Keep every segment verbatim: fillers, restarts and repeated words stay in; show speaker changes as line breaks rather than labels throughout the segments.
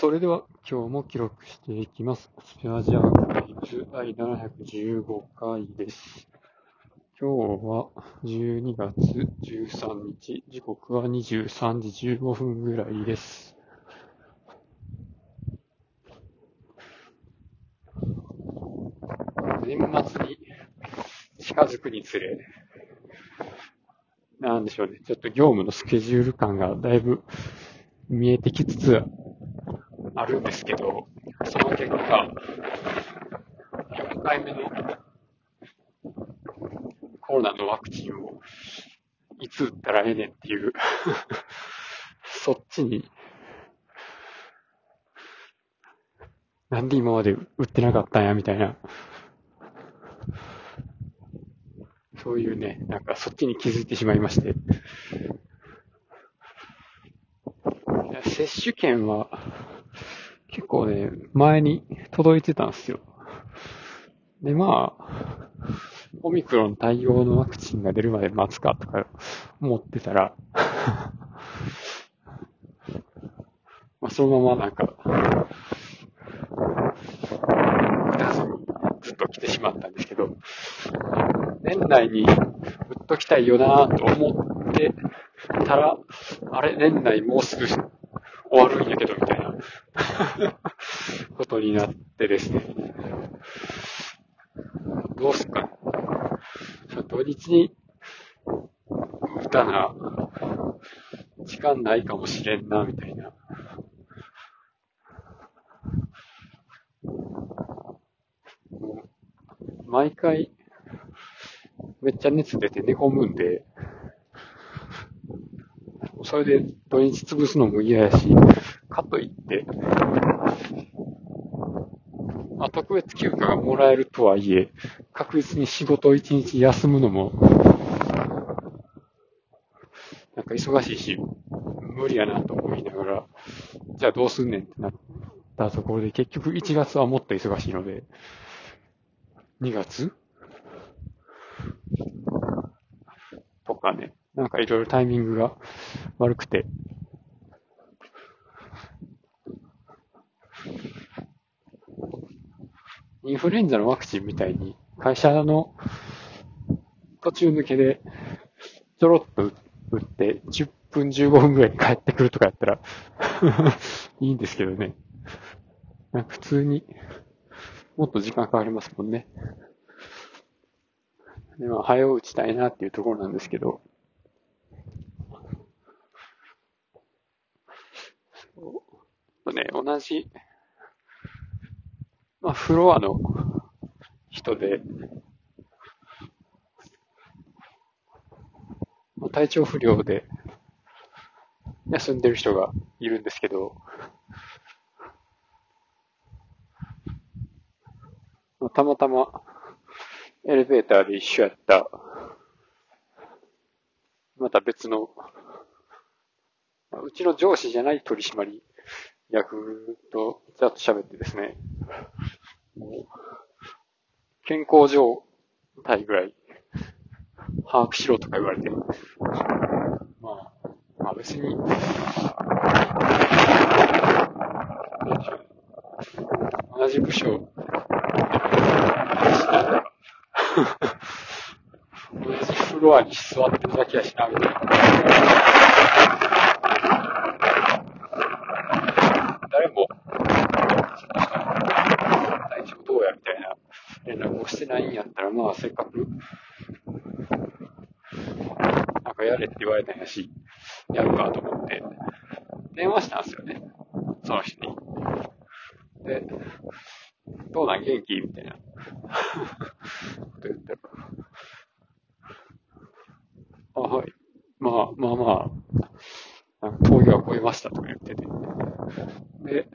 それでは今日も記録していきます。スペアジアーカイブス第ななひゃくじゅうごかいです。今日はじゅうにがつじゅうさんにち、時刻はにじゅうさんじじゅうごふんぐらいです。年末に近づくにつれ、なんでしょうね、ちょっと業務のスケジュール感がだいぶ見えてきつつあるんですけど、その結果、よんかいめのコロナのワクチンをいつ打ったらええねんっていうそっちになんで今まで打ってなかったんやみたいな、そういうね、なんかそっちに気づいてしまいまして、接種券は結構ね、前に届いてたんですよ。で、まあ、オミクロン対応のワクチンが出るまで待つかとか思ってたら、まあ、そのままなんか、打たずにずっと来てしまったんですけど、年内に打っときたいよなぁと思ってたら、あれ、年内もうすぐ終わるんやけどみたいなことになってですね、どうすっか、土日に打たな、時間ないかもしれんな、みたいな。毎回、めっちゃ熱出て寝込むんで、それで土日潰すのも嫌やし、かといって、まあ、特別休暇がもらえるとはいえ、確実に仕事を一日休むのも、なんか忙しいし、無理やなと思いながら、じゃあどうすんねんってなったところで、結局いちがつはもっと忙しいので、にがつとかね、なんかいろいろタイミングが悪くて、インフルエンザのワクチンみたいに、会社の途中抜けでちょろっと打って、じゅっぷん、じゅうごふんぐらいに帰ってくるとかやったらいいんですけどね。なんか普通にもっと時間かかりますもんね。で、まあ、早打ちたいなっていうところなんですけど、そうね、同じ、まあ、フロアの人で、体調不良で休んでる人がいるんですけど、たまたまエレベーターで一緒やった、また別の、うちの上司じゃない取締役とざっと喋ってですね、健康状態ぐらい把握しろとか言われて、まあ、まあ別に、同じ部署、同じフロアに座ってるだけやしな、みたいな。誰も、体調どうやみたいな連絡をしてないんやったら、まあせっかく、なんかやれって言われたんやし、やるかと思って、電話したんですよね。その人に。で、どうなん元気みたいな。こと言ったら、あ、はい。まあまあまあ、峠は越えましたとか言ってて。で、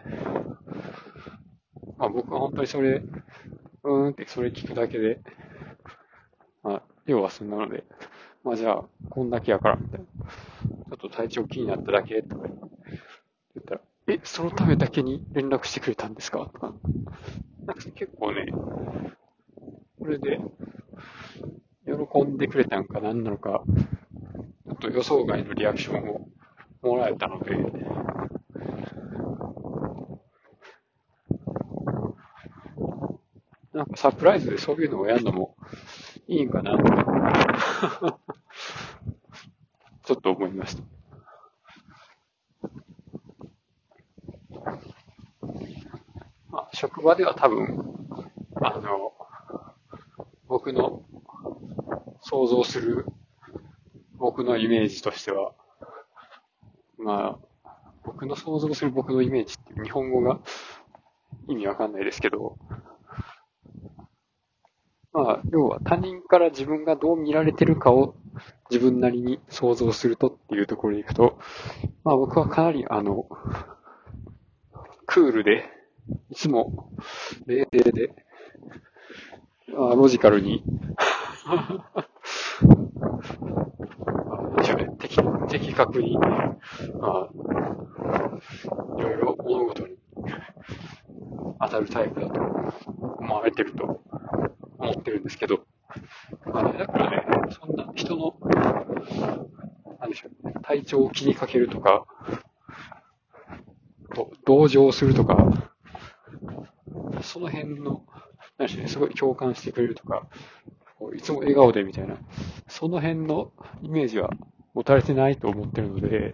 まあ僕は本当にそれ、うーんってそれ聞くだけで、まあ、要はそんなので、まあじゃあ、こんだけやから、みたいな。ちょっと体調気になっただけとか言ったら、え、そのためだけに連絡してくれたんですかとか。なんか結構ね、これで、喜んでくれたんか何なのか、ちょっと予想外のリアクションをもらえたので、 なんかサプライズでそういうのをやるのもいいんかなちょっと思いました。まあ、職場では多分、あの、僕の想像する僕のイメージとしては、まあ、僕の想像する僕のイメージっていう日本語が意味わかんないですけど、まあ、要は他人から自分がどう見られてるかを自分なりに想像するとっていうところでいくと、まあ僕はかなりあの、クールで、いつも冷静で、まあ、ロジカルに、的的確に、まあ、いろいろ物事に当たるタイプだと思われてると思ってるんですけど、まあね、だからね、そんな人の、なんでしょうね、体調を気にかけるとか、同情するとか、その辺の、なんでしょうね、すごい共感してくれるとか、いつも笑顔でみたいな、その辺のイメージは持たれてないと思ってるので、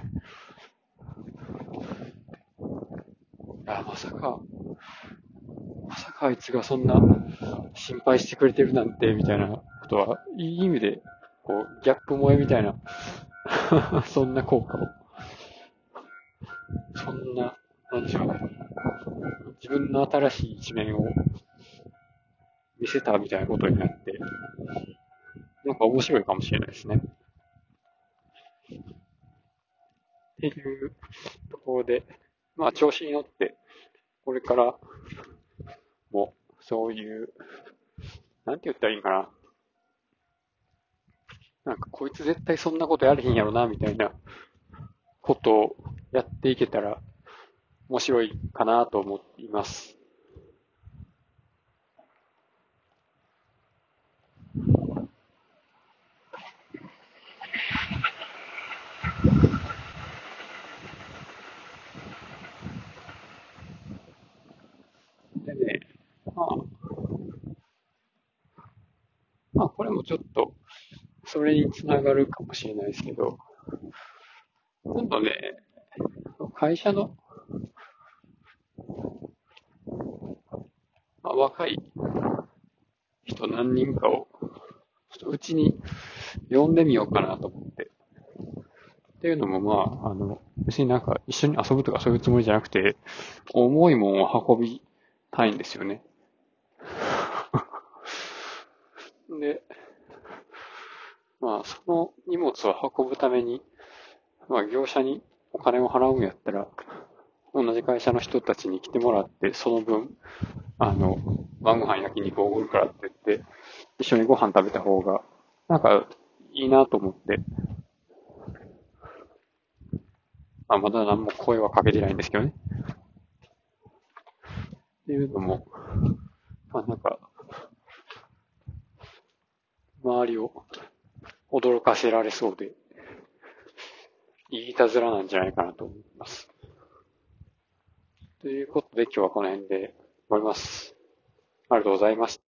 あ、まさか、まさかあいつがそんな心配してくれてるなんて、みたいなことは、いい意味で、こう、ギャップ萌えみたいな、そんな効果を、そんな、なんでしょうね、自分の新しい一面を見せたみたいなことになって、なんか面白いかもしれないですね。っていうところで、まあ調子に乗って、これからもそういう、なんて言ったらいいんかな。なんかこいつ絶対そんなことやれへんやろな、みたいなことをやっていけたら面白いかなと思っています。でね、まあ、まあこれもちょっとそれにつながるかもしれないですけど、今度ね、会社の、まあ、若い人何人かを、ちょっとうちに呼んでみようかなと思って。っていうのもまあ、あの、別になんか一緒に遊ぶとかそういうつもりじゃなくて、重いもんを運びたいんですよね。で、まあ、その荷物を運ぶために、まあ、業者にお金を払うんやったら、同じ会社の人たちに来てもらって、その分、あの、晩ご飯焼肉おごるからって言って、一緒にご飯食べた方が、なんか、いいなと思って、まあ、まだ何も声はかけてないんですけどね。っていうのも、まあなんか、周りを驚かせられそうで、いいたずらなんじゃないかなと思います。ということで今日はこの辺で終わります。ありがとうございました。